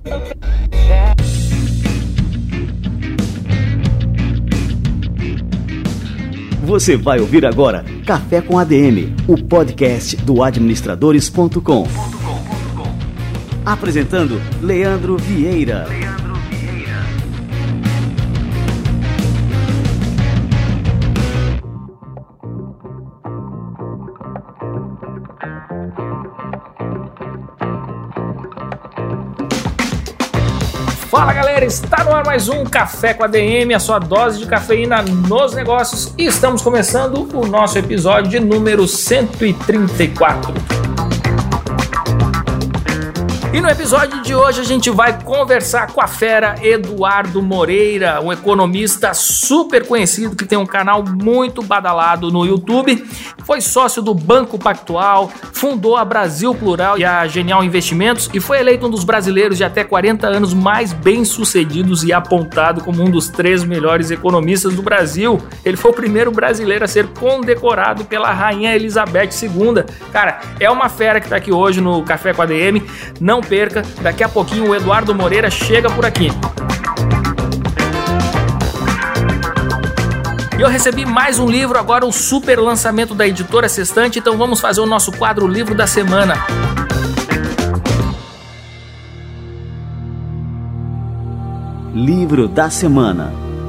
Você vai ouvir agora Café com ADM, o podcast do administradores.com. Apresentando Leandro Vieira. Fala galera, está no ar mais um Café com ADM, a sua dose de cafeína nos negócios, e estamos começando o nosso episódio de número 134. E no episódio de hoje a gente vai conversar com a fera Eduardo Moreira, um economista super conhecido que tem um canal muito badalado no YouTube, foi sócio do Banco Pactual, fundou a Brasil Plural e a Genial Investimentos e foi eleito um dos brasileiros de até 40 anos mais bem-sucedidos e apontado como um dos 3 melhores economistas do Brasil. Ele foi o primeiro brasileiro a ser condecorado pela Rainha Elizabeth II. Cara, é uma fera que está aqui hoje no Café com ADM. Não perca, daqui a pouquinho o Eduardo Moreira chega por aqui. E eu recebi mais um livro, agora o super lançamento da editora Sextante, então vamos fazer o nosso quadro Livro da Semana. Livro da Semana.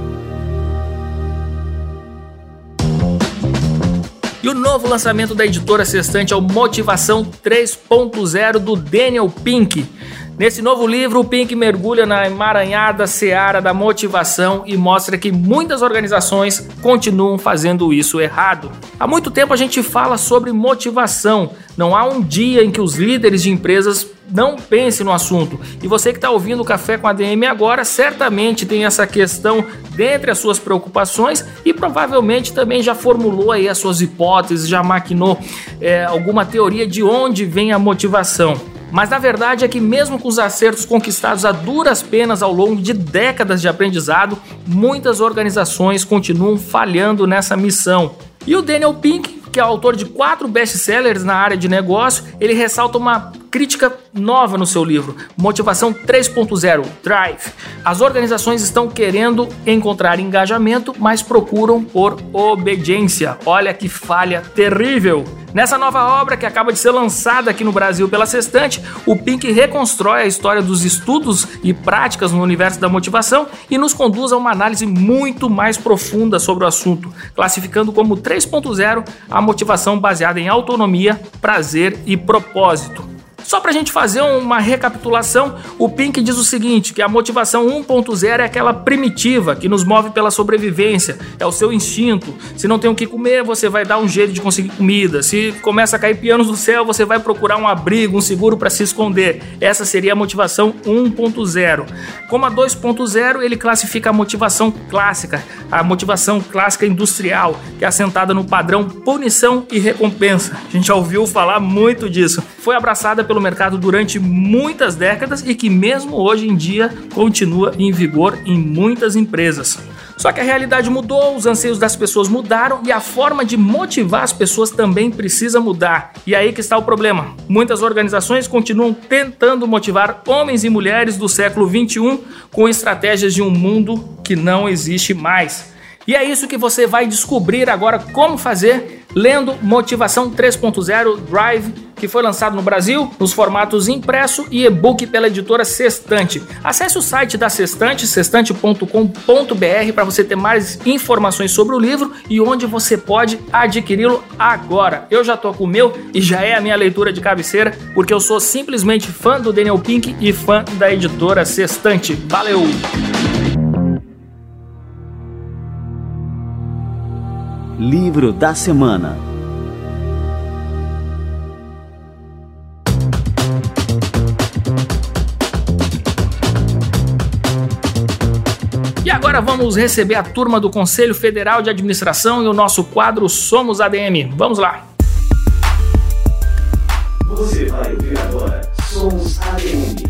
E o novo lançamento da editora Sextante é o Motivação 3.0 do Daniel Pink. Nesse novo livro, o Pink mergulha na emaranhada seara da motivação e mostra que muitas organizações continuam fazendo isso errado. Há muito tempo a gente fala sobre motivação. Não há um dia em que os líderes de empresas não pensem no assunto. E você que está ouvindo o Café com ADM agora, certamente tem essa questão dentre as suas preocupações e provavelmente também já formulou aí as suas hipóteses, já maquinou alguma teoria de onde vem a motivação. Mas na verdade é que mesmo com os acertos conquistados a duras penas ao longo de décadas de aprendizado, muitas organizações continuam falhando nessa missão. E o Daniel Pink, que é autor de 4 best-sellers na área de negócio, ele ressalta uma crítica nova no seu livro, Motivação 3.0, Drive. As organizações estão querendo encontrar engajamento, mas procuram por obediência. Olha que falha terrível! Nessa nova obra, que acaba de ser lançada aqui no Brasil pela Sextante, o Pink reconstrói a história dos estudos e práticas no universo da motivação e nos conduz a uma análise muito mais profunda sobre o assunto, classificando como 3.0 a motivação baseada em autonomia, prazer e propósito. Só para a gente fazer uma recapitulação, o Pink diz o seguinte, que a motivação 1.0 é aquela primitiva, que nos move pela sobrevivência, é o seu instinto. Se não tem o que comer, você vai dar um jeito de conseguir comida. Se começa a cair pianos do céu, você vai procurar um abrigo, um seguro para se esconder. Essa seria a motivação 1.0. Como a 2.0, ele classifica a motivação clássica industrial, que é assentada no padrão punição e recompensa. A gente já ouviu falar muito disso. Foi abraçada pelo mercado durante muitas décadas e que mesmo hoje em dia continua em vigor em muitas empresas. Só que a realidade mudou, os anseios das pessoas mudaram e a forma de motivar as pessoas também precisa mudar. E aí que está o problema. Muitas organizações continuam tentando motivar homens e mulheres do século XXI com estratégias de um mundo que não existe mais. E é isso que você vai descobrir agora como fazer lendo Motivação 3.0 Drive, que foi lançado no Brasil nos formatos impresso e e-book pela editora Sextante. Acesse o site da Sextante, sextante.com.br, para você ter mais informações sobre o livro e onde você pode adquiri-lo agora. Eu já estou com o meu e já é a minha leitura de cabeceira, porque eu sou simplesmente fã do Daniel Pink e fã da editora Sextante. Valeu! Livro da Semana. E agora vamos receber a turma do Conselho Federal de Administração e o nosso quadro Somos ADM. Vamos lá! Você vai ouvir agora Somos ADM.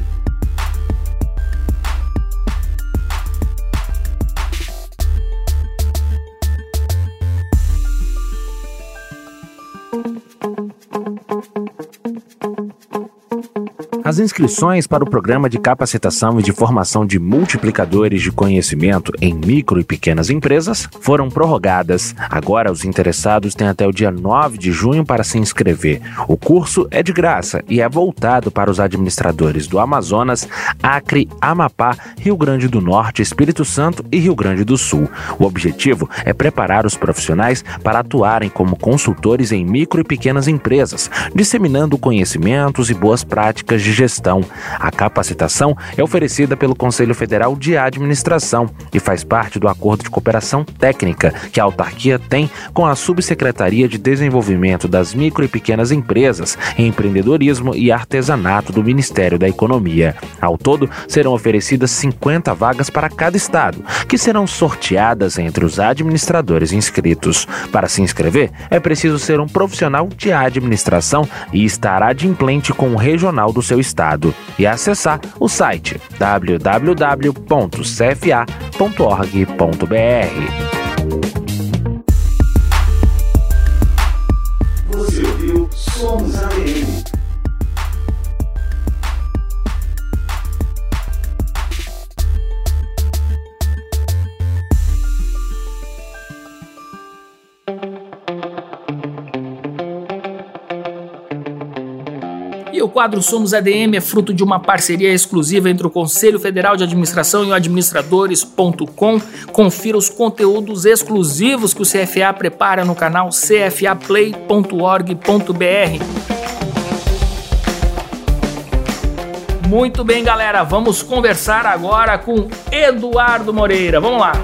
As inscrições para o Programa de Capacitação e de Formação de Multiplicadores de Conhecimento em Micro e Pequenas Empresas foram prorrogadas. Agora, os interessados têm até o dia 9 de junho para se inscrever. O curso é de graça e é voltado para os administradores do Amazonas, Acre, Amapá, Rio Grande do Norte, Espírito Santo e Rio Grande do Sul. O objetivo é preparar os profissionais para atuarem como consultores em micro e pequenas empresas, disseminando conhecimentos e boas práticas de gestão. A capacitação é oferecida pelo Conselho Federal de Administração e faz parte do Acordo de Cooperação Técnica que a autarquia tem com a Subsecretaria de Desenvolvimento das Micro e Pequenas Empresas, Empreendedorismo e Artesanato do Ministério da Economia. Ao todo, serão oferecidas 50 vagas para cada estado, que serão sorteadas entre os administradores inscritos. Para se inscrever, é preciso ser um profissional de administração e estar adimplente com o regional do seu estado e acessar o site www.cfa.org.br. Você ouviu Somos ADM. E o quadro Somos ADM é fruto de uma parceria exclusiva entre o Conselho Federal de Administração e o administradores.com. Confira os conteúdos exclusivos que o CFA prepara no canal cfaplay.org.br. Muito bem, galera, vamos conversar agora com Eduardo Moreira. Vamos lá.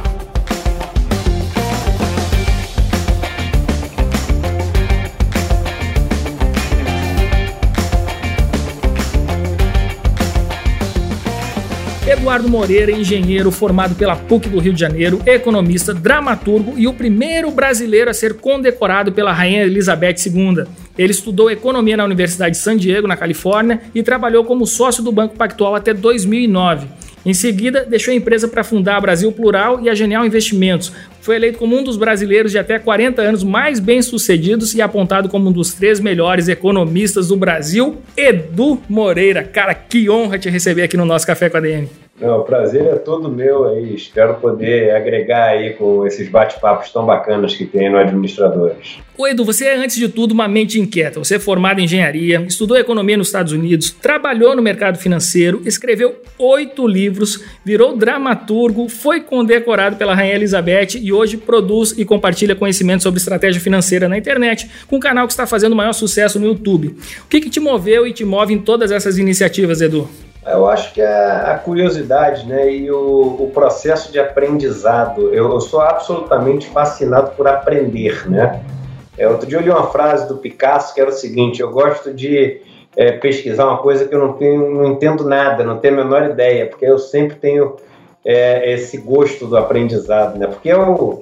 Eduardo Moreira, engenheiro formado pela PUC do Rio de Janeiro, economista, dramaturgo e o primeiro brasileiro a ser condecorado pela Rainha Elizabeth II. Ele estudou economia na Universidade de San Diego, na Califórnia, e trabalhou como sócio do Banco Pactual até 2009. Em seguida, deixou a empresa para fundar a Brasil Plural e a Genial Investimentos. Foi eleito como um dos brasileiros de até 40 anos mais bem-sucedidos e apontado como um dos 3 melhores economistas do Brasil. Edu Moreira, cara, que honra te receber aqui no nosso Café com a ADM. Não, o prazer é todo meu aí. Espero poder agregar aí com esses bate-papos tão bacanas que tem no Administradores. Ô Edu, você é antes de tudo uma mente inquieta. Você é formado em engenharia, estudou economia nos Estados Unidos, trabalhou no mercado financeiro, escreveu 8 livros, virou dramaturgo, foi condecorado pela Rainha Elizabeth e hoje produz e compartilha conhecimento sobre estratégia financeira na internet, com um canal que está fazendo o maior sucesso no YouTube. O que te moveu e te move em todas essas iniciativas, Edu? Eu acho que a curiosidade, né, e o processo de aprendizado. Eu sou absolutamente fascinado por aprender, né? Outro dia eu li uma frase do Picasso que era o seguinte: eu gosto de pesquisar uma coisa que eu não entendo nada, não tenho a menor ideia, porque eu sempre tenho esse gosto do aprendizado, né? Porque é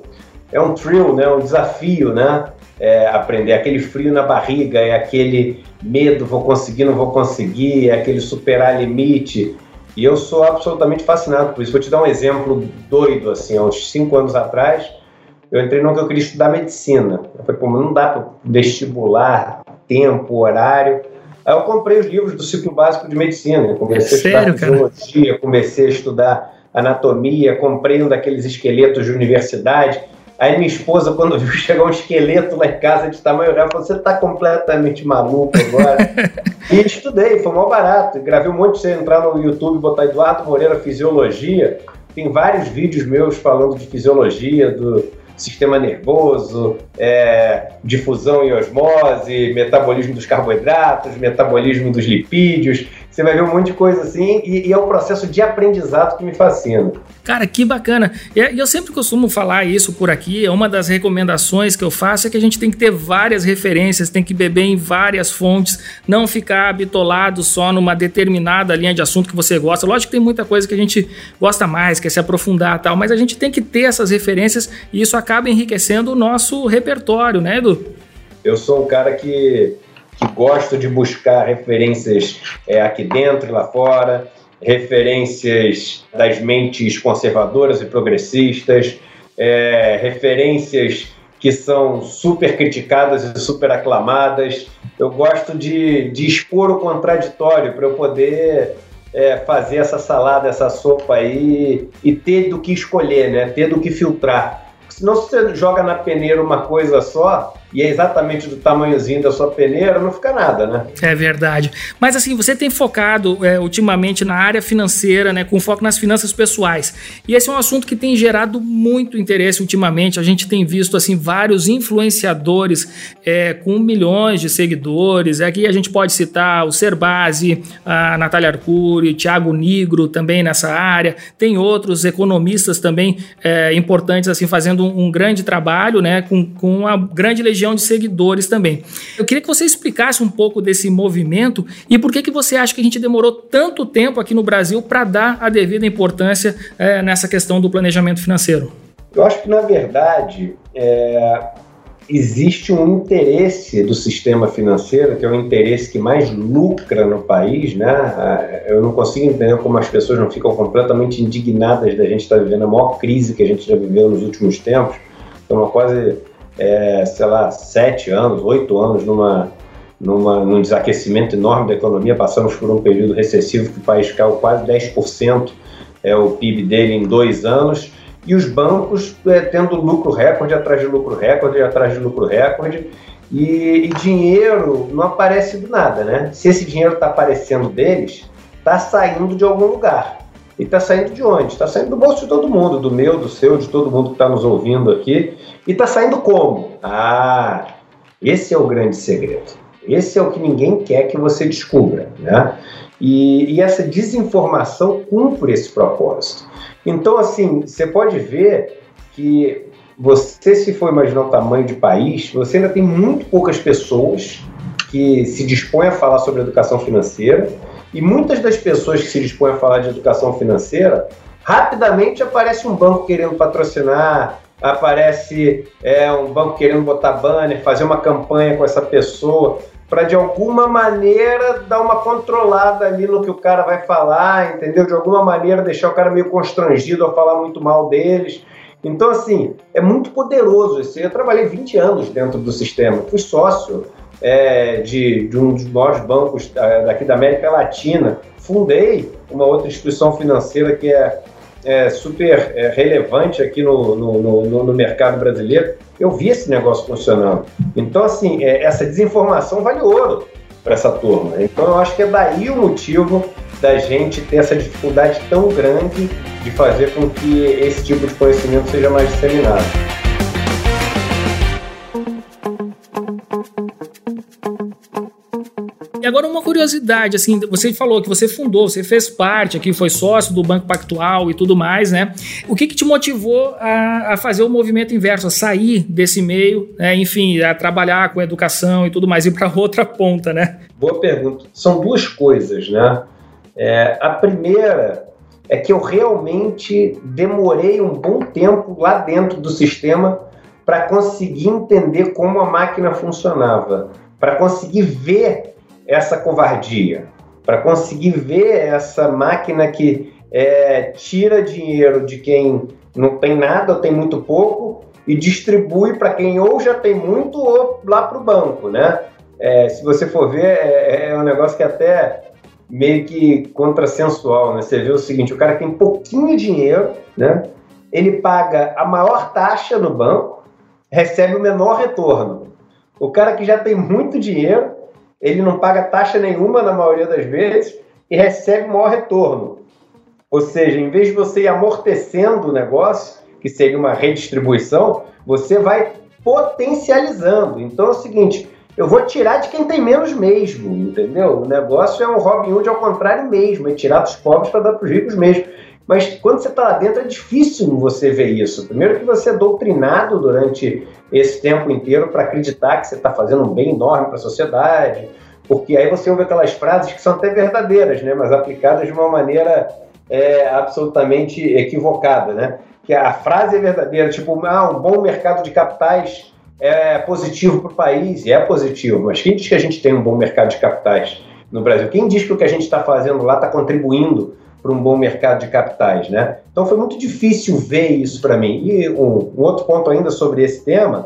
um thrill, né? Um desafio, né? Aprender, aquele frio na barriga, é aquele medo, vou conseguir, não vou conseguir, é aquele superar limite, e eu sou absolutamente fascinado por isso. Vou te dar um exemplo doido, assim, há uns 5 anos atrás, eu entrei no que eu queria estudar medicina. Eu falei, como não dá para vestibular, tempo, horário. Aí eu comprei os livros do ciclo básico de medicina, eu comecei a estudar fisiologia, comecei a estudar anatomia, comprei um daqueles esqueletos de universidade. Aí minha esposa, quando viu chegar um esqueleto lá em casa de tamanho real, falou, você tá completamente maluco agora. E estudei, foi mó barato. Gravei um monte, você entrar no YouTube e botar Eduardo Moreira Fisiologia, tem vários vídeos meus falando de fisiologia, do sistema nervoso, difusão e osmose, metabolismo dos carboidratos, metabolismo dos lipídios. Você vai ver um monte de coisa assim, e é o processo de aprendizado que me fascina. Cara, que bacana. E eu sempre costumo falar isso por aqui, uma das recomendações que eu faço é que a gente tem que ter várias referências, tem que beber em várias fontes, não ficar bitolado só numa determinada linha de assunto que você gosta. Lógico que tem muita coisa que a gente gosta mais, quer se aprofundar e tal, mas a gente tem que ter essas referências e isso acaba enriquecendo o nosso repertório, né, Edu? Eu sou um cara que gosto de buscar referências aqui dentro e lá fora, referências das mentes conservadoras e progressistas, referências que são super criticadas e super aclamadas. Eu gosto de expor o contraditório para eu poder fazer essa salada, essa sopa aí e ter do que escolher, né? Ter do que filtrar. Senão, se você joga na peneira uma coisa só e é exatamente do tamanhozinho da sua peneira, não fica nada, né? É verdade. Mas assim, você tem focado ultimamente na área financeira, né, com foco nas finanças pessoais. E esse é um assunto que tem gerado muito interesse ultimamente. A gente tem visto assim vários influenciadores com milhões de seguidores. Aqui a gente pode citar o Serbasi, a Natália Arcuri, Thiago Nigro também nessa área. Tem outros economistas também importantes assim fazendo um grande trabalho, né, com uma grande legião de seguidores também. Eu queria que você explicasse um pouco desse movimento e por que você acha que a gente demorou tanto tempo aqui no Brasil para dar a devida importância nessa questão do planejamento financeiro. Eu acho que, na verdade, existe um interesse do sistema financeiro, que é o interesse que mais lucra no país, né? Eu não consigo entender como as pessoas não ficam completamente indignadas da gente estar vivendo a maior crise que a gente já viveu nos últimos tempos. É uma quase... 7 anos, 8 anos num desaquecimento enorme da economia. Passamos por um período recessivo que o país caiu quase 10% o PIB dele em 2 anos, e os bancos tendo lucro recorde atrás de lucro recorde atrás de lucro recorde, e dinheiro não aparece do nada, né? Se esse dinheiro está aparecendo deles, está saindo de algum lugar. E está saindo de onde? Está saindo do bolso de todo mundo, do meu, do seu, de todo mundo que está nos ouvindo aqui. E está saindo como? Esse é o grande segredo. Esse é o que ninguém quer que você descubra, né? E essa desinformação cumpre esse propósito. Então, assim, você pode ver que você, se for imaginar o tamanho de país, você ainda tem muito poucas pessoas que se dispõem a falar sobre educação financeira. E muitas das pessoas que se dispõem a falar de educação financeira, rapidamente aparece um banco querendo patrocinar, aparece um banco querendo botar banner, fazer uma campanha com essa pessoa, para de alguma maneira dar uma controlada ali no que o cara vai falar, entendeu? De alguma maneira deixar o cara meio constrangido a falar muito mal deles. Então, assim, é muito poderoso. Eu trabalhei 20 anos dentro do sistema, fui sócio de um dos maiores bancos daqui da América Latina, fundei uma outra instituição financeira que é super relevante aqui no mercado brasileiro. Eu vi esse negócio funcionando. Então, assim, essa desinformação vale ouro para essa turma. Então, eu acho que é daí o motivo da gente ter essa dificuldade tão grande de fazer com que esse tipo de conhecimento seja mais disseminado. E agora uma curiosidade, assim, você falou que você fundou, você fez parte aqui, foi sócio do Banco Pactual e tudo mais, né? O que te motivou a fazer o movimento inverso, a sair desse meio, né? Enfim, a trabalhar com educação e tudo mais, ir para outra ponta, né? Boa pergunta. São duas coisas, né? A primeira é que eu realmente demorei um bom tempo lá dentro do sistema para conseguir entender como a máquina funcionava, para conseguir ver essa covardia, para conseguir ver essa máquina que tira dinheiro de quem não tem nada ou tem muito pouco e distribui para quem ou já tem muito ou lá para o banco, né? Se você for ver, é um negócio que é até meio que contrassensual, né? Você vê o seguinte, o cara tem pouquinho dinheiro, né? Ele paga a maior taxa no banco, recebe o menor retorno. O cara que já tem muito dinheiro, ele não paga taxa nenhuma na maioria das vezes e recebe o maior retorno. Ou seja, em vez de você ir amortecendo o negócio, que seria uma redistribuição, você vai potencializando. Então é o seguinte, eu vou tirar de quem tem menos mesmo, entendeu? O negócio é um Robin Hood ao contrário mesmo, é tirar dos pobres para dar para os ricos mesmo. Mas quando você está lá dentro é difícil você ver isso. Primeiro que você é doutrinado durante esse tempo inteiro para acreditar que você está fazendo um bem enorme para a sociedade, porque aí você ouve aquelas frases que são até verdadeiras, né? Mas aplicadas de uma maneira absolutamente equivocada, né? Que a frase é verdadeira, tipo, um bom mercado de capitais é positivo para o país, e é positivo, mas quem diz que a gente tem um bom mercado de capitais no Brasil? Quem diz que o que a gente está fazendo lá está contribuindo para um bom mercado de capitais, né? Então foi muito difícil ver isso para mim. E um outro ponto ainda sobre esse tema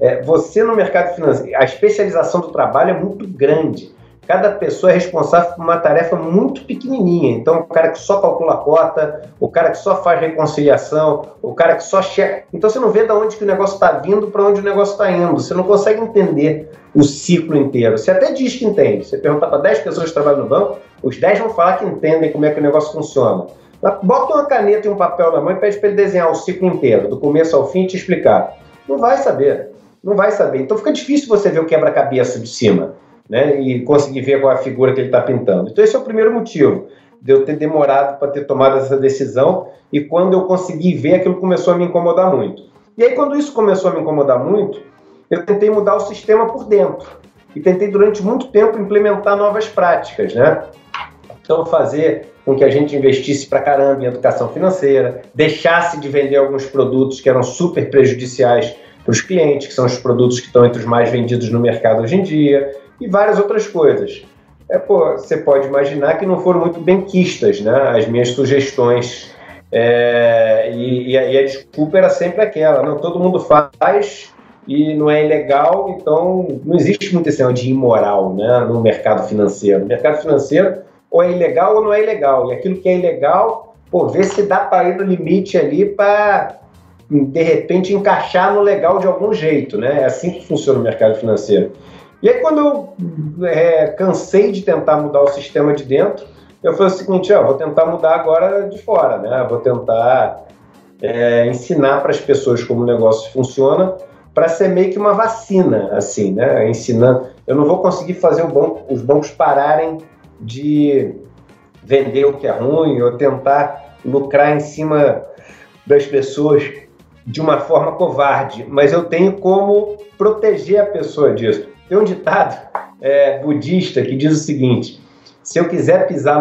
Você no mercado financeiro, a especialização do trabalho é muito grande. Cada pessoa é responsável por uma tarefa muito pequenininha. Então, o cara que só calcula a cota, o cara que só faz reconciliação, o cara que só checa. Então, você não vê de onde que o negócio está vindo para onde o negócio está indo. Você não consegue entender o ciclo inteiro. Você até diz que entende. Você perguntar para 10 pessoas que trabalham no banco, os 10 vão falar que entendem como é que o negócio funciona. Mas bota uma caneta e um papel na mão e pede para ele desenhar o ciclo inteiro, do começo ao fim, e te explicar. Não vai saber. Não vai saber. Então, fica difícil você ver o quebra-cabeça de cima, né, e conseguir ver qual é a figura que ele está pintando. Então esse é o primeiro motivo de eu ter demorado para ter tomado essa decisão, e quando eu consegui ver, aquilo começou a me incomodar muito. E aí quando isso começou a me incomodar muito, eu tentei mudar o sistema por dentro, e tentei durante muito tempo implementar novas práticas, né? Então fazer com que a gente investisse pra caramba em educação financeira, deixasse de vender alguns produtos que eram super prejudiciais para os clientes, que são os produtos que estão entre os mais vendidos no mercado hoje em dia, e várias outras coisas. Você pode imaginar que não foram muito benquistas, né, as minhas sugestões, e a desculpa era sempre aquela, não, todo mundo faz e não é ilegal, então não existe muito esse negócio de imoral, né, no mercado financeiro. No mercado financeiro, ou é ilegal ou não é ilegal, e aquilo que é ilegal, vê se dá para ir no limite ali para, de repente, encaixar no legal de algum jeito, né? É assim que funciona o mercado financeiro. E aí, quando eu cansei de tentar mudar o sistema de dentro, eu falei o seguinte, vou tentar mudar agora de fora, né? Vou tentar ensinar para as pessoas como o negócio funciona, para ser meio que uma vacina, assim, né? Ensinando. Eu não vou conseguir fazer os bancos pararem de vender o que é ruim, ou tentar lucrar em cima das pessoas de uma forma covarde, mas eu tenho como proteger a pessoa disso. Tem um ditado budista que diz o seguinte: se eu quiser pisar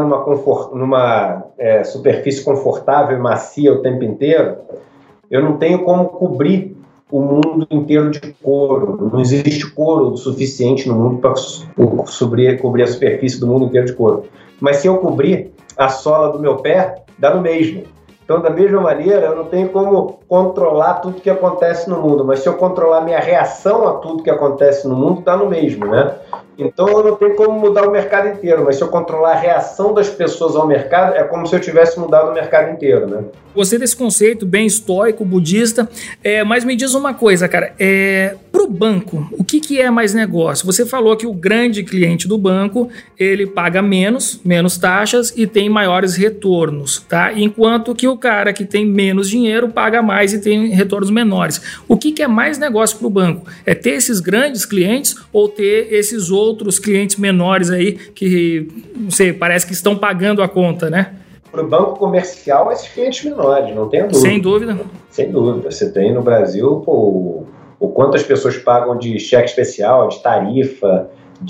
numa superfície confortável e macia o tempo inteiro, eu não tenho como cobrir o mundo inteiro de couro. Não existe couro o suficiente no mundo para cobrir a superfície do mundo inteiro de couro. Mas se eu cobrir a sola do meu pé, dá no mesmo. Então, da mesma maneira, eu não tenho como controlar tudo que acontece no mundo, mas se eu controlar minha reação a tudo que acontece no mundo, dá no mesmo, né? Então, eu não tenho como mudar o mercado inteiro, mas se eu controlar a reação das pessoas ao mercado, é como se eu tivesse mudado o mercado inteiro, né? Gostei desse conceito bem estoico, budista, mas me diz uma coisa, cara, pro banco, o que é mais negócio? Você falou que o grande cliente do banco, ele paga menos taxas e tem maiores retornos, tá? Enquanto que o cara que tem menos dinheiro paga mais e tem retornos menores. O que é mais negócio pro banco? É ter esses grandes clientes ou ter esses outros clientes menores aí que, não sei, parece que estão pagando a conta, né? Para o banco comercial, esses clientes menores, não tenha dúvida. Sem dúvida. Sem dúvida. Você tem no Brasil o quanto as pessoas pagam de cheque especial, de tarifa,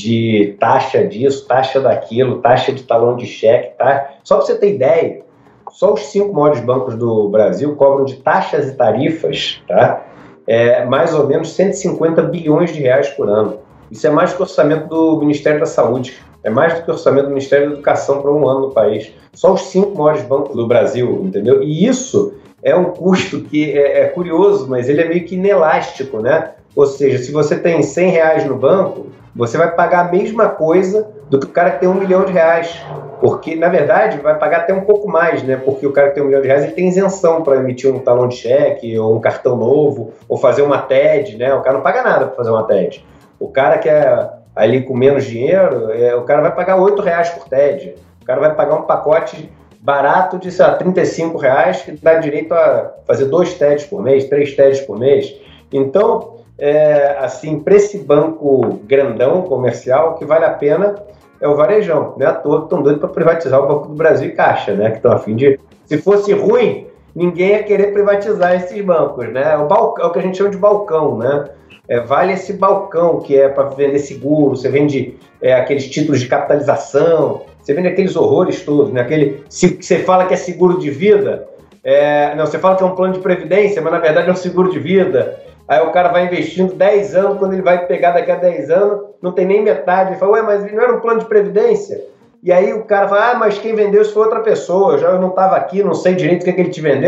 de taxa disso, taxa daquilo, taxa de talão de cheque. Tá? Só para você ter ideia, só os 5 maiores bancos do Brasil cobram de taxas e tarifas, tá? Mais ou menos 150 bilhões de reais por ano. Isso é mais do que o orçamento do Ministério da Saúde. É mais do que o orçamento do Ministério da Educação para um ano no país. Só os 5 maiores bancos do Brasil, entendeu? E isso é um custo que é curioso, mas ele é meio que inelástico, né? Ou seja, se você tem R$100 no banco, você vai pagar a mesma coisa do que o cara que tem R$1 milhão. Porque, na verdade, vai pagar até um pouco mais, né? Porque o cara que tem R$1 milhão, ele tem isenção para emitir um talão de cheque, ou um cartão novo, ou fazer uma TED, né? O cara não paga nada para fazer uma TED. O cara que é ali com menos dinheiro, o cara vai pagar R$8 por TED. O cara vai pagar um pacote barato de, sei lá, R$35, que dá direito a fazer 2 TEDs por mês, 3 TEDs por mês. Então, assim, para esse banco grandão, comercial, o que vale a pena é o varejão. Não é à toa que estão doidos para privatizar o Banco do Brasil e Caixa, né? Que estão a fim de... Se fosse ruim, ninguém ia querer privatizar esses bancos, né? É o que a gente chama de balcão, né? Vale esse balcão que é para vender seguro, você vende aqueles títulos de capitalização, você vende aqueles horrores todos, né? Você fala que é seguro de vida, não, você fala que é um plano de previdência, mas na verdade é um seguro de vida. Aí o cara vai investindo 10 anos, quando ele vai pegar daqui a 10 anos, não tem nem metade. Ele fala, mas não era um plano de previdência? E aí o cara fala, mas quem vendeu isso foi outra pessoa, eu não estava aqui, não sei direito o que ele te vendeu.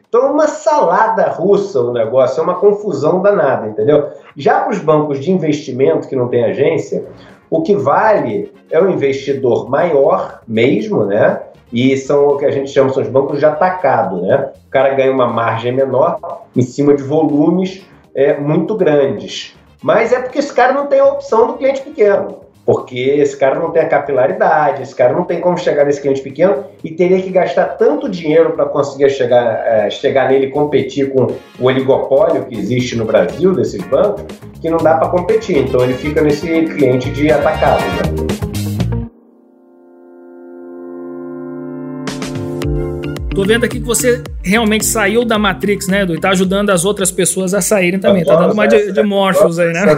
Então é uma salada russa o negócio, é uma confusão danada, entendeu? Já para os bancos de investimento que não tem agência, o que vale é o investidor maior mesmo, né? E são o que a gente chama, são os bancos de atacado, né? O cara ganha uma margem menor em cima de volumes muito grandes. Mas é porque esse cara não tem a opção do cliente pequeno. Porque esse cara não tem a capilaridade, esse cara não tem como chegar nesse cliente pequeno e teria que gastar tanto dinheiro para conseguir chegar nele e competir com o oligopólio que existe no Brasil desses bancos, que não dá para competir. Então ele fica nesse cliente de atacado, né? Tô vendo aqui que você realmente saiu da Matrix, né, Edu? E tá ajudando as outras pessoas a saírem também. Tá dando uma de Morpheus aí, né?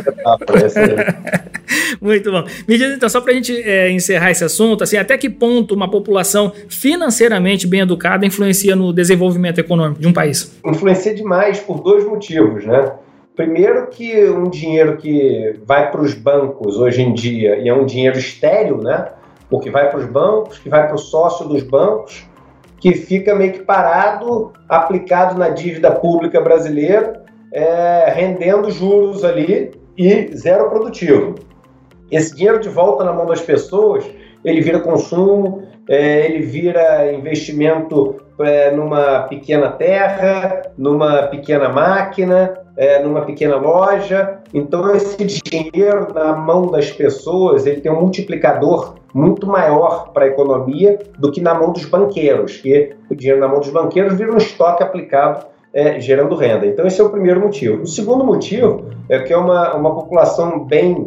Muito bom. Me diz então, só pra gente encerrar esse assunto, assim, até que ponto uma população financeiramente bem educada influencia no desenvolvimento econômico de um país? Influencia demais por dois motivos, né? Primeiro que um dinheiro que vai para os bancos hoje em dia, e é um dinheiro estéril, né? Porque vai para os bancos, que vai para o sócio dos bancos, que fica meio que parado, aplicado na dívida pública brasileira, rendendo juros ali e zero produtivo. Esse dinheiro de volta na mão das pessoas, ele vira consumo, ele vira investimento numa pequena terra, numa pequena máquina, numa pequena loja. Então esse dinheiro na mão das pessoas, ele tem um multiplicador muito maior para a economia do que na mão dos banqueiros, que o dinheiro na mão dos banqueiros vira um estoque aplicado gerando renda. Então esse é o primeiro motivo. O segundo motivo é que é uma população bem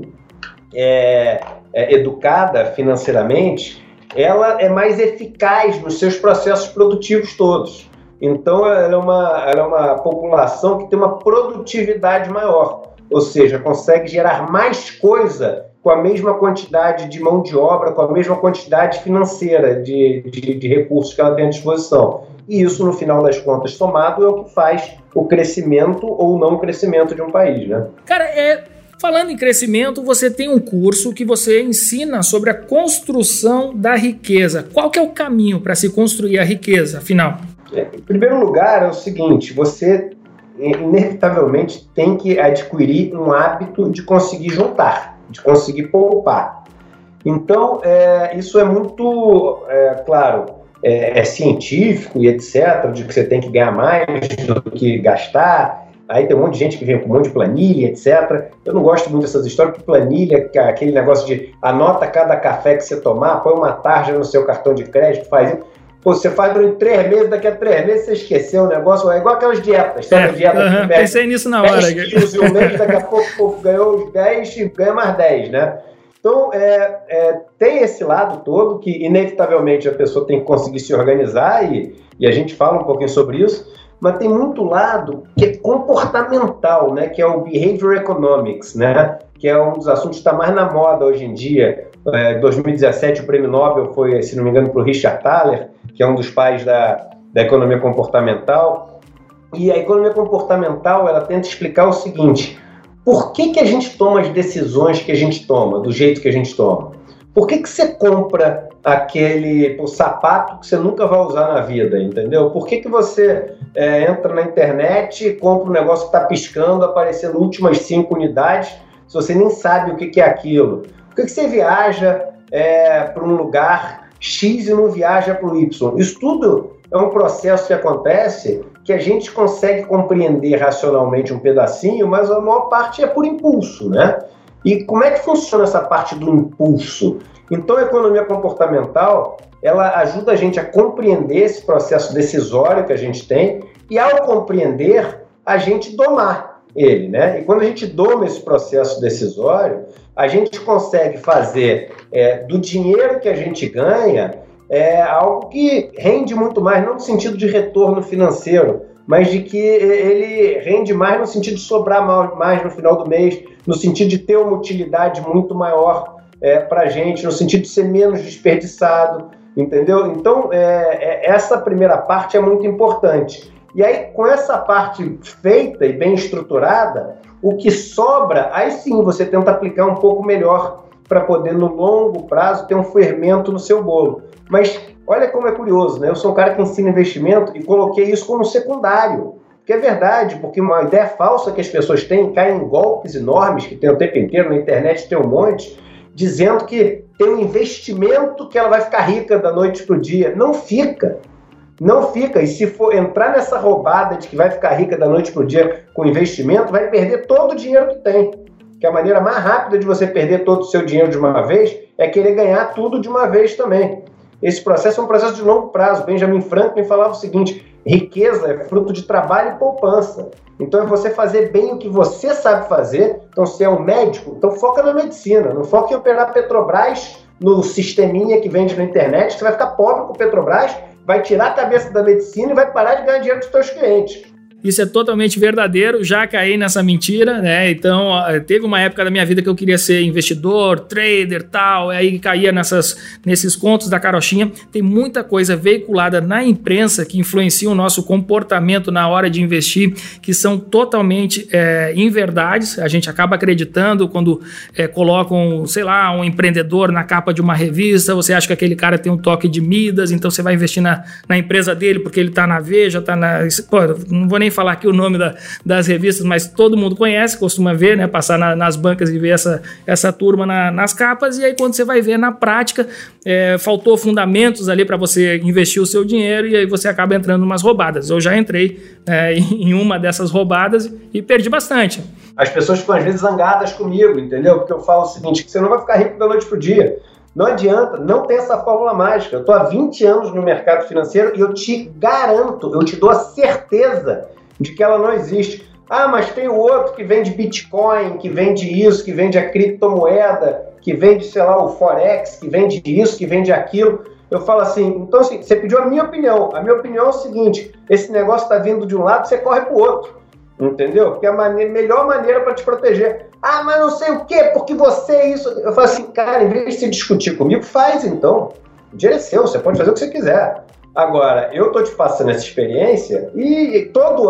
educada financeiramente, ela é mais eficaz nos seus processos produtivos todos. Então ela é uma população que tem uma produtividade maior, ou seja, consegue gerar mais coisa com a mesma quantidade de mão de obra, com a mesma quantidade financeira de recursos que ela tem à disposição. E isso, no final das contas, somado, é o que faz o crescimento ou não crescimento de um país, né? Cara, falando em crescimento, você tem um curso que você ensina sobre a construção da riqueza. Qual que é o caminho para se construir a riqueza, afinal? Em primeiro lugar, é o seguinte, você inevitavelmente tem que adquirir um hábito de conseguir juntar, de conseguir poupar. Então, isso é muito, claro, científico e etc., de que você tem que ganhar mais do que gastar. Aí tem um monte de gente que vem com um monte de planilha, etc. Eu não gosto muito dessas histórias, porque planilha, aquele negócio de anota cada café que você tomar, põe uma tarja no seu cartão de crédito, faz isso. Pô, você faz durante 3 meses, daqui a 3 meses você esqueceu o negócio, é igual aquelas dietas, sabe? Pensei nisso na hora. 10 quilos em um mês, daqui a pouco ganhou os 10 e ganha mais 10, né? Então, tem esse lado todo que, inevitavelmente, a pessoa tem que conseguir se organizar e a gente fala um pouquinho sobre isso, mas tem muito lado que é comportamental, né? Que é o Behavior Economics, né? Que é um dos assuntos que está mais na moda hoje em dia. Em 2017, o prêmio Nobel foi, se não me engano, para o Richard Thaler, que é um dos pais da economia comportamental. E a economia comportamental, ela tenta explicar o seguinte: por que a gente toma as decisões que a gente toma, do jeito que a gente toma? Por que você compra aquele sapato que você nunca vai usar na vida, entendeu? Por que você entra na internet e compra um negócio que está piscando, aparecendo últimas 5 unidades, se você nem sabe o que é aquilo? Por que você viaja para um lugar X e não viaja para o Y? Isso tudo é um processo que acontece que a gente consegue compreender racionalmente um pedacinho, mas a maior parte é por impulso, né? E como é que funciona essa parte do impulso? Então a economia comportamental, ela ajuda a gente a compreender esse processo decisório que a gente tem e, ao compreender, a gente domar ele, né? E quando a gente doma esse processo decisório, a gente consegue fazer do dinheiro que a gente ganha algo que rende muito mais, não no sentido de retorno financeiro, mas de que ele rende mais no sentido de sobrar mais no final do mês, no sentido de ter uma utilidade muito maior para a gente, no sentido de ser menos desperdiçado, entendeu? Então, essa primeira parte é muito importante. E aí, com essa parte feita e bem estruturada, o que sobra, aí sim você tenta aplicar um pouco melhor para poder, no longo prazo, ter um fermento no seu bolo. Mas olha como é curioso, né? Eu sou um cara que ensina investimento e coloquei isso como secundário. Que é verdade, porque uma ideia falsa que as pessoas têm, caem em golpes enormes, que tem o tempo inteiro, na internet tem um monte, dizendo que tem um investimento que ela vai ficar rica da noite para o dia. Não fica. Não fica. E se for entrar nessa roubada de que vai ficar rica da noite para o dia com investimento, vai perder todo o dinheiro que tem. Que a maneira mais rápida de você perder todo o seu dinheiro de uma vez é querer ganhar tudo de uma vez também. Esse processo é um processo de longo prazo. Benjamin Franklin falava o seguinte: riqueza é fruto de trabalho e poupança. Então é você fazer bem o que você sabe fazer. Então se é um médico, então foca na medicina. Não foca em operar Petrobras no sisteminha que vende na internet. Você vai ficar pobre com o Petrobras, vai tirar a cabeça da medicina e vai parar de ganhar dinheiro dos seus clientes. Isso é totalmente verdadeiro, já caí nessa mentira, né? Então, teve uma época da minha vida que eu queria ser investidor, trader, tal, aí caía nesses contos da carochinha. Tem muita coisa veiculada na imprensa que influencia o nosso comportamento na hora de investir, que são totalmente inverdades. A gente acaba acreditando quando colocam, sei lá, um empreendedor na capa de uma revista, você acha que aquele cara tem um toque de Midas, então você vai investir na empresa dele porque ele tá na Veja, tá na... Pô, não vou nem falar aqui o nome das revistas, mas todo mundo conhece, costuma ver, né, passar nas bancas e ver essa turma nas capas, e aí quando você vai ver na prática, faltou fundamentos ali para você investir o seu dinheiro, e aí você acaba entrando em umas roubadas. Eu já entrei em uma dessas roubadas e perdi bastante. As pessoas ficam às vezes zangadas comigo, entendeu? Porque eu falo o seguinte, que você não vai ficar rico da noite pro dia. Não adianta, não tem essa fórmula mágica. Eu estou há 20 anos no mercado financeiro e eu te garanto, eu te dou a certeza de que ela não existe. Ah, mas tem o outro que vende Bitcoin, que vende isso, que vende a criptomoeda, que vende, sei lá, o Forex, que vende isso, que vende aquilo. Eu falo assim, então assim, você pediu a minha opinião. A minha opinião é o seguinte, esse negócio está vindo de um lado, você corre para o outro. Entendeu? Porque é a melhor maneira para te proteger. Ah, mas não sei o quê, porque você é isso. Eu falo assim, cara, em vez de se discutir comigo, faz então. O dinheiro é seu, você pode fazer o que você quiser. Agora, eu tô te passando essa experiência e todo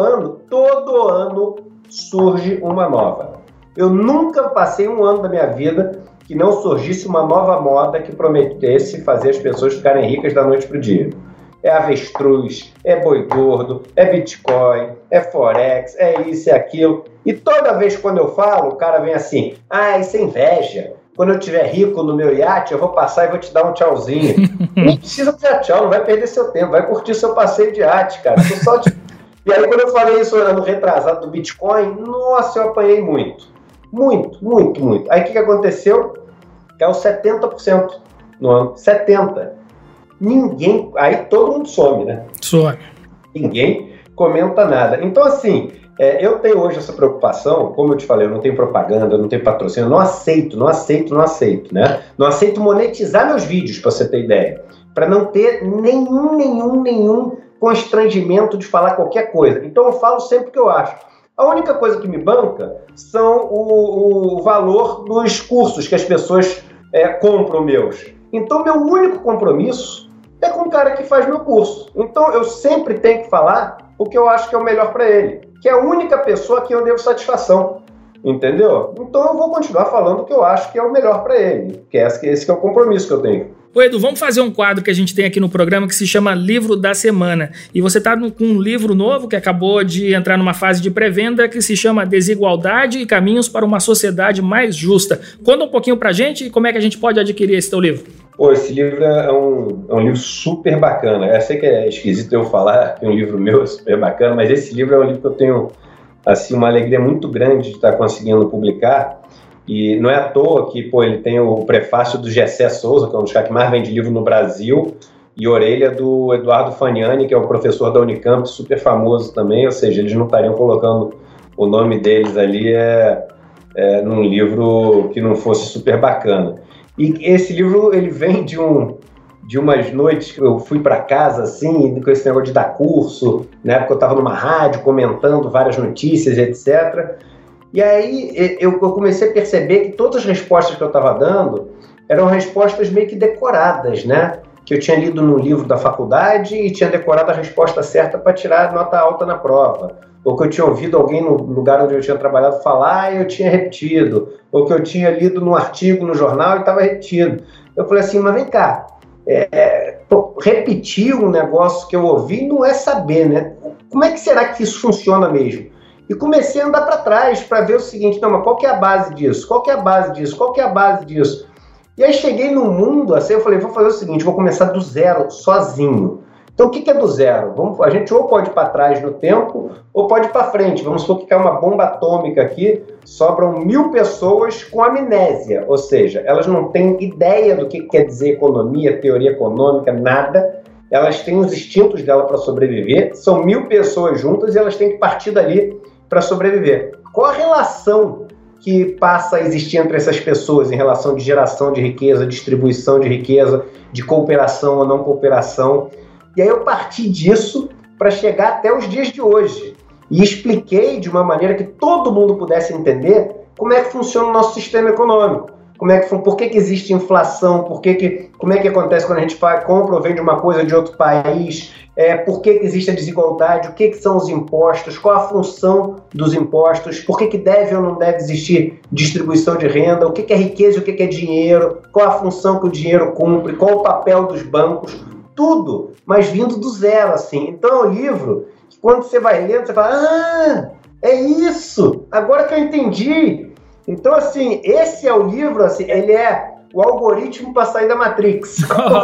ano surge uma nova. Eu nunca passei um ano da minha vida que não surgisse uma nova moda que prometesse fazer as pessoas ficarem ricas da noite pro dia. É avestruz, é boi gordo, é Bitcoin, é Forex, é isso, é aquilo. E toda vez quando eu falo, o cara vem assim, ah, isso é inveja. Quando eu estiver rico no meu iate, eu vou passar e vou te dar um tchauzinho. Não precisa dizer tchau, não vai perder seu tempo, vai curtir seu passeio de iate, cara. E aí quando eu falei isso ano retrasado do Bitcoin, nossa, eu apanhei muito. Muito, muito, muito. Aí o que aconteceu? Caiu 70% no ano. 70%. Ninguém... Aí todo mundo some, né? Some. Ninguém comenta nada. Então, assim, eu tenho hoje essa preocupação, como eu te falei, eu não tenho propaganda, eu não tenho patrocínio, eu não aceito, né? Não aceito monetizar meus vídeos, para você ter ideia. Para não ter nenhum constrangimento de falar qualquer coisa. Então eu falo sempre o que eu acho. A única coisa que me banca são o valor dos cursos que as pessoas compram meus. Então meu único compromisso é com o cara que faz meu curso. Então eu sempre tenho que falar o que eu acho que é o melhor para ele, que é a única pessoa a quem eu devo satisfação. Entendeu? Então eu vou continuar falando o que eu acho que é o melhor para ele, que esse que é o compromisso que eu tenho. Ô Edu, vamos fazer um quadro que a gente tem aqui no programa que se chama Livro da Semana. E você está com um livro novo que acabou de entrar numa fase de pré-venda que se chama Desigualdade e Caminhos para uma Sociedade Mais Justa. Conta um pouquinho pra gente como é que a gente pode adquirir esse teu livro. Pô, esse livro é um livro super bacana. Eu sei que é esquisito eu falar que um livro meu é super bacana, mas esse livro é um livro que eu tenho assim, uma alegria muito grande de estar conseguindo publicar. E não é à toa que ele tem o prefácio do Gessé Souza, que é um dos caras que mais vende livro no Brasil, e orelha do Eduardo Fagnani, que é o professor da Unicamp, super famoso também, ou seja, eles não estariam colocando o nome deles ali num livro que não fosse super bacana. E esse livro, ele vem de umas noites que eu fui para casa, assim, com esse negócio de dar curso, na época eu estava numa rádio comentando várias notícias, etc., e aí eu comecei a perceber que todas as respostas que eu estava dando eram respostas meio que decoradas, né? Que eu tinha lido no livro da faculdade e tinha decorado a resposta certa para tirar nota alta na prova. ou que eu tinha ouvido alguém no lugar onde eu tinha trabalhado falar e eu tinha repetido, ou que eu tinha lido num artigo no jornal e estava repetido. Eu falei assim, mas vem cá, repetir um negócio que eu ouvi não é saber, né? Como é que será que isso funciona mesmo? E comecei a andar para trás para ver o seguinte, não, mas qual que é a base disso? Qual que é a base disso? Qual que é a base disso? E aí cheguei num mundo assim, eu falei, vou fazer o seguinte, vou começar do zero, sozinho. Então, o que é do zero? A gente ou pode ir para trás no tempo, ou pode ir para frente. Vamos supor que cai uma bomba atômica aqui, sobram 1000 pessoas com amnésia, ou seja, elas não têm ideia do que quer dizer economia, teoria econômica, nada. Elas têm os instintos dela para sobreviver, são 1000 pessoas juntas e elas têm que partir dali para sobreviver. Qual a relação que passa a existir entre essas pessoas em relação de geração de riqueza, distribuição de riqueza, de cooperação ou não cooperação? E aí eu parti disso para chegar até os dias de hoje. E expliquei de uma maneira que todo mundo pudesse entender como é que funciona o nosso sistema econômico. Por que existe inflação, como é que acontece quando a gente compra ou vende uma coisa de outro país, por que existe a desigualdade, o que são os impostos, qual a função dos impostos, por que deve ou não deve existir distribuição de renda, o que é riqueza e o que é dinheiro, qual a função que o dinheiro cumpre, qual o papel dos bancos, tudo, mas vindo do zero, assim. Então é um livro que quando você vai lendo, você fala, é isso, agora que eu entendi. Então, assim, esse é o livro, assim, ele é o algoritmo para sair da Matrix.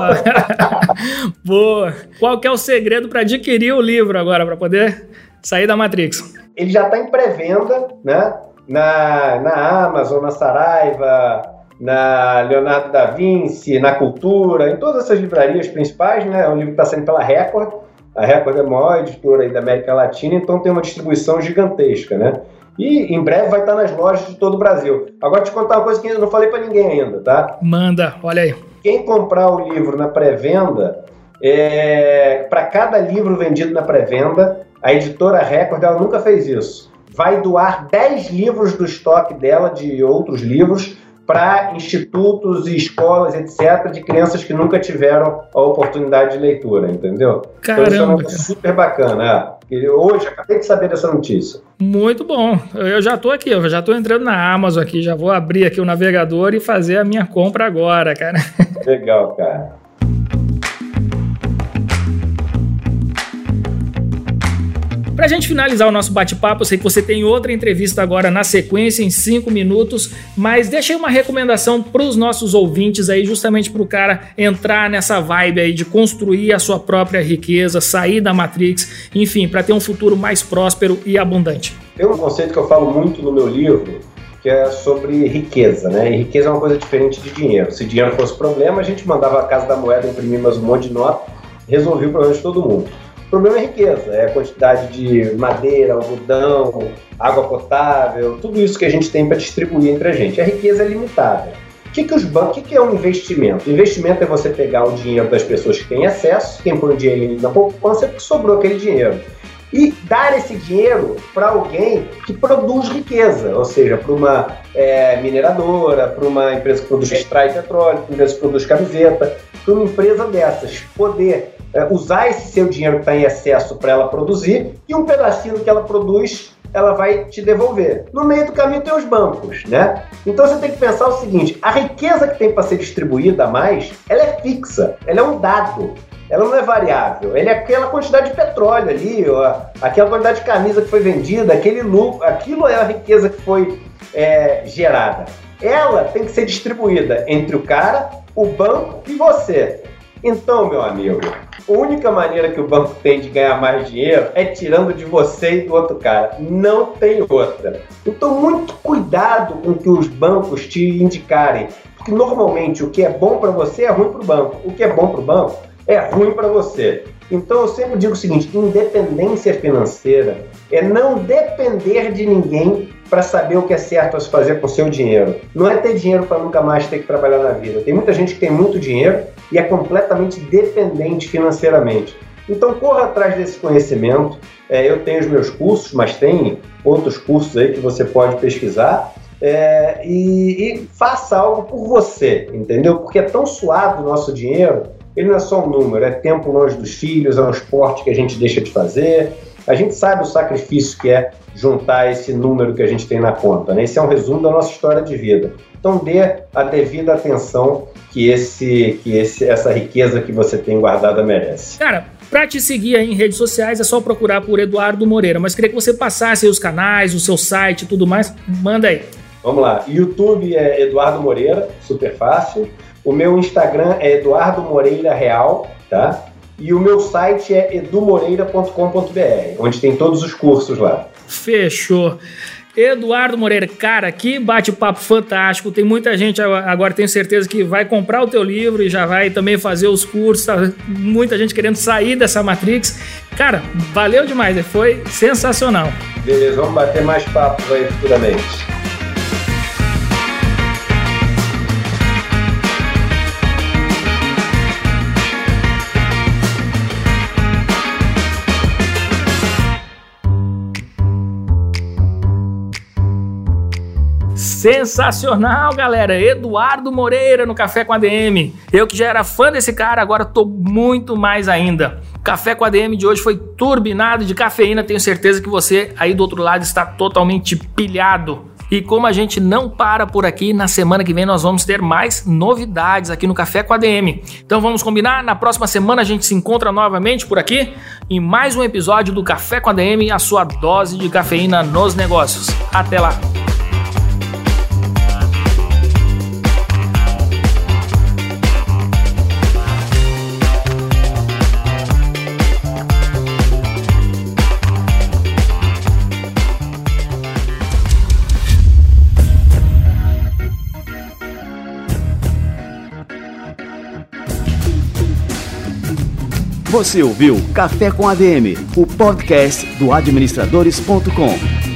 Boa! Qual que é o segredo para adquirir o livro agora, para poder sair da Matrix? Ele já está em pré-venda, né? Na Amazon, na Saraiva, na Leonardo da Vinci, na Cultura, em todas essas livrarias principais, né? É um livro que está saindo pela Record. A Record é a maior editora aí da América Latina, então tem uma distribuição gigantesca, né? E em breve vai estar nas lojas de todo o Brasil. Agora, te contar uma coisa que eu não falei para ninguém ainda, tá? Manda, olha aí. Quem comprar o livro na pré-venda, para cada livro vendido na pré-venda, a editora Record, ela nunca fez isso. Vai doar 10 livros do estoque dela, de outros livros, para institutos e escolas, etc., de crianças que nunca tiveram a oportunidade de leitura, entendeu? Caramba! Então, isso é super bacana. Hoje, acabei de saber dessa notícia. Muito bom. Eu já estou aqui, eu já estou entrando na Amazon aqui, já vou abrir aqui o navegador e fazer a minha compra agora, cara. Legal, cara. Pra gente finalizar o nosso bate-papo, eu sei que você tem outra entrevista agora na sequência, em 5 minutos, mas deixa aí uma recomendação pros nossos ouvintes aí, justamente pro cara entrar nessa vibe aí de construir a sua própria riqueza, sair da Matrix, enfim, para ter um futuro mais próspero e abundante. Tem um conceito que eu falo muito no meu livro, que é sobre riqueza, né? E riqueza é uma coisa diferente de dinheiro. Se dinheiro fosse problema, a gente mandava a Casa da Moeda imprimir mais um monte de nota, resolvia o problema de todo mundo. O problema é riqueza, é a quantidade de madeira, algodão, água potável, tudo isso que a gente tem para distribuir entre a gente. A riqueza é limitada. O que é um investimento? O investimento é você pegar o dinheiro das pessoas que têm acesso, quem põe o dinheiro na poupança, porque sobrou aquele dinheiro, e dar esse dinheiro para alguém que produz riqueza, ou seja, para uma mineradora, para uma empresa que extrai petróleo, para uma empresa que produz camiseta, para uma empresa dessas poder usar esse seu dinheiro que está em excesso para ela produzir, e um pedacinho que ela produz, ela vai te devolver. No meio do caminho tem os bancos, né? Então você tem que pensar o seguinte, a riqueza que tem para ser distribuída a mais, ela é fixa, ela é um dado, ela não é variável, ela é aquela quantidade de petróleo ali, aquela quantidade de camisa que foi vendida, aquele lucro, aquilo é a riqueza que foi gerada. Ela tem que ser distribuída entre o cara, o banco e você. Então, meu amigo, a única maneira que o banco tem de ganhar mais dinheiro é tirando de você e do outro cara. Não tem outra. Então, muito cuidado com o que os bancos te indicarem, porque normalmente o que é bom para você é ruim para o banco. O que é bom para o banco é ruim para você. Então, eu sempre digo o seguinte, independência financeira é não depender de ninguém para saber o que é certo a se fazer com o seu dinheiro. Não é ter dinheiro para nunca mais ter que trabalhar na vida. Tem muita gente que tem muito dinheiro e é completamente dependente financeiramente. Então, corra atrás desse conhecimento. Eu tenho os meus cursos, mas tem outros cursos aí que você pode pesquisar. E faça algo por você, entendeu? Porque é tão suado o nosso dinheiro, ele não é só um número, é tempo longe dos filhos, é um esporte que a gente deixa de fazer, A gente sabe o sacrifício que é juntar esse número que a gente tem na conta, né? Esse é um resumo da nossa história de vida. Então dê a devida atenção que essa riqueza que você tem guardada merece. Cara, para te seguir aí em redes sociais é só procurar por Eduardo Moreira, mas queria que você passasse aí os canais, o seu site e tudo mais. Manda aí. Vamos lá. YouTube é Eduardo Moreira, super fácil. O meu Instagram é Eduardo Moreira Real, tá? E o meu site é edumoreira.com.br, onde tem todos os cursos lá. Fechou. Eduardo Moreira, cara, que bate-papo fantástico. Tem muita gente agora, tenho certeza, que vai comprar o teu livro e já vai também fazer os cursos. Tá? Muita gente querendo sair dessa Matrix. Cara, valeu demais, foi sensacional. Beleza, vamos bater mais papos aí futuramente. Sensacional, galera. Eduardo Moreira no Café com ADM. Eu que já era fã desse cara, agora tô muito mais ainda. O Café com ADM de hoje foi turbinado de cafeína. Tenho certeza que você aí do outro lado está totalmente pilhado. E como a gente não para por aqui, na semana que vem nós vamos ter mais novidades aqui no Café com ADM. Então vamos combinar? Na próxima semana a gente se encontra novamente por aqui em mais um episódio do Café com ADM, a sua dose de cafeína nos negócios. Até lá! Você ouviu Café com ADM, o podcast do administradores.com.